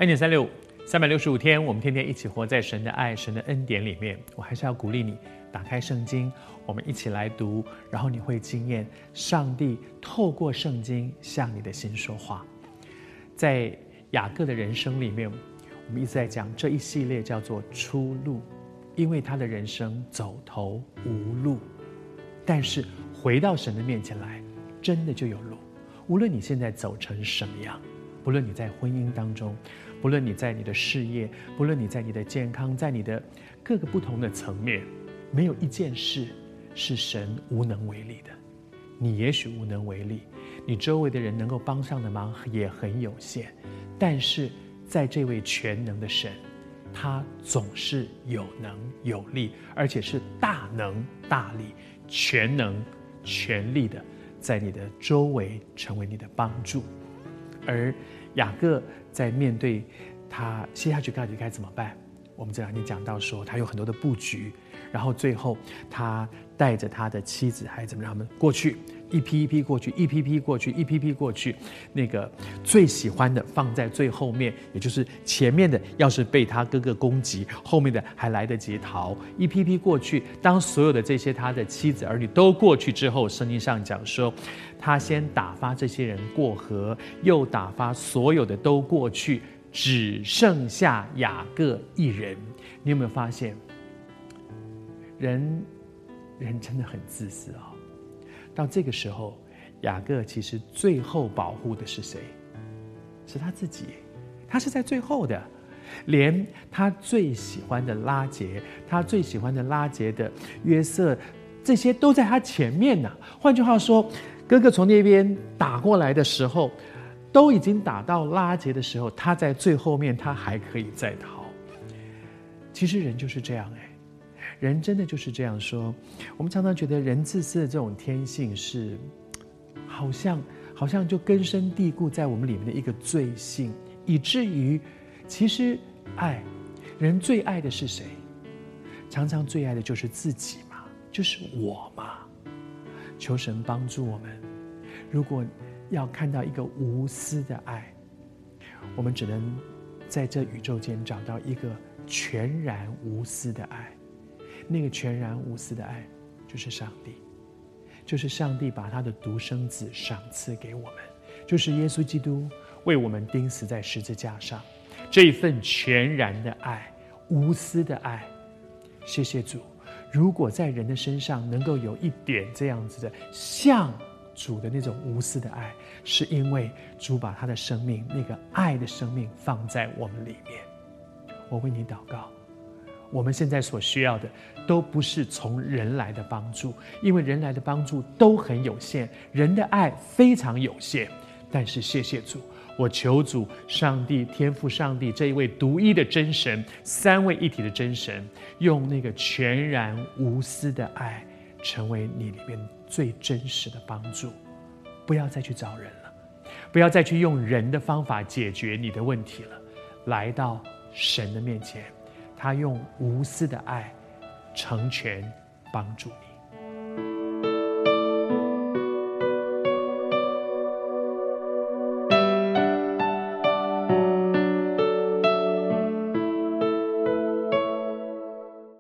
恩典365 365天，我们天天一起活在神的爱、神的恩典里面。我还是要鼓励你打开圣经，我们一起来读，然后你会经验上帝透过圣经向你的心说话。在雅各的人生里面，我们一直在讲这一系列叫做出路，因为他的人生走投无路，但是回到神的面前来，真的就有路。无论你现在走成什么样，不论你在婚姻当中，不论你在你的事业，不论你在你的健康，在你的各个不同的层面，没有一件事是神无能为力的。你也许无能为力，你周围的人能够帮上的忙也很有限，但是在这位全能的神，他总是有能有力，而且是大能大力、全能全力的在你的周围成为你的帮助。而雅各在面对他接下去到底该怎么办，我们这两天讲到说他有很多的布局，然后最后他带着他的妻子孩子们，让他们过去，一批一批过去，一批批过去，一批批过去，那个最喜欢的放在最后面，也就是前面的要是被他哥哥攻击，后面的还来得及逃，一批批过去。当所有的这些他的妻子儿女都过去之后，圣经上讲说他先打发这些人过河，又打发所有的都过去，只剩下雅各一人。你有没有发现人真的很自私哦。到这个时候，雅各其实最后保护的是谁？是他自己，他是在最后的。连他最喜欢的拉结，他最喜欢的拉结的约瑟，这些都在他前面呢。换句话说，哥哥从那边打过来的时候，都已经打到拉结的时候，他在最后面，他还可以再逃。其实人就是这样人真的就是这样说。我们常常觉得人自私的这种天性是好像就根深蒂固在我们里面的一个罪性，以至于其实人最爱的是谁？常常最爱的就是自己嘛，就是我嘛。求神帮助我们，如果要看到一个无私的爱，我们只能在这宇宙间找到一个全然无私的爱。那个全然无私的爱就是上帝，就是上帝把他的独生子赏赐给我们，就是耶稣基督为我们钉死在十字架上。这一份全然的爱，无私的爱，谢谢主。如果在人的身上能够有一点这样子的像主的那种无私的爱，是因为主把他的生命，那个爱的生命放在我们里面。我为你祷告，我们现在所需要的都不是从人来的帮助，因为人来的帮助都很有限，人的爱非常有限。但是谢谢主，我求主上帝天父上帝这一位独一的真神，三位一体的真神，用那个全然无私的爱成为你里面最真实的帮助。不要再去找人了，不要再去用人的方法解决你的问题了，来到神的面前，他用无私的爱成全帮助你。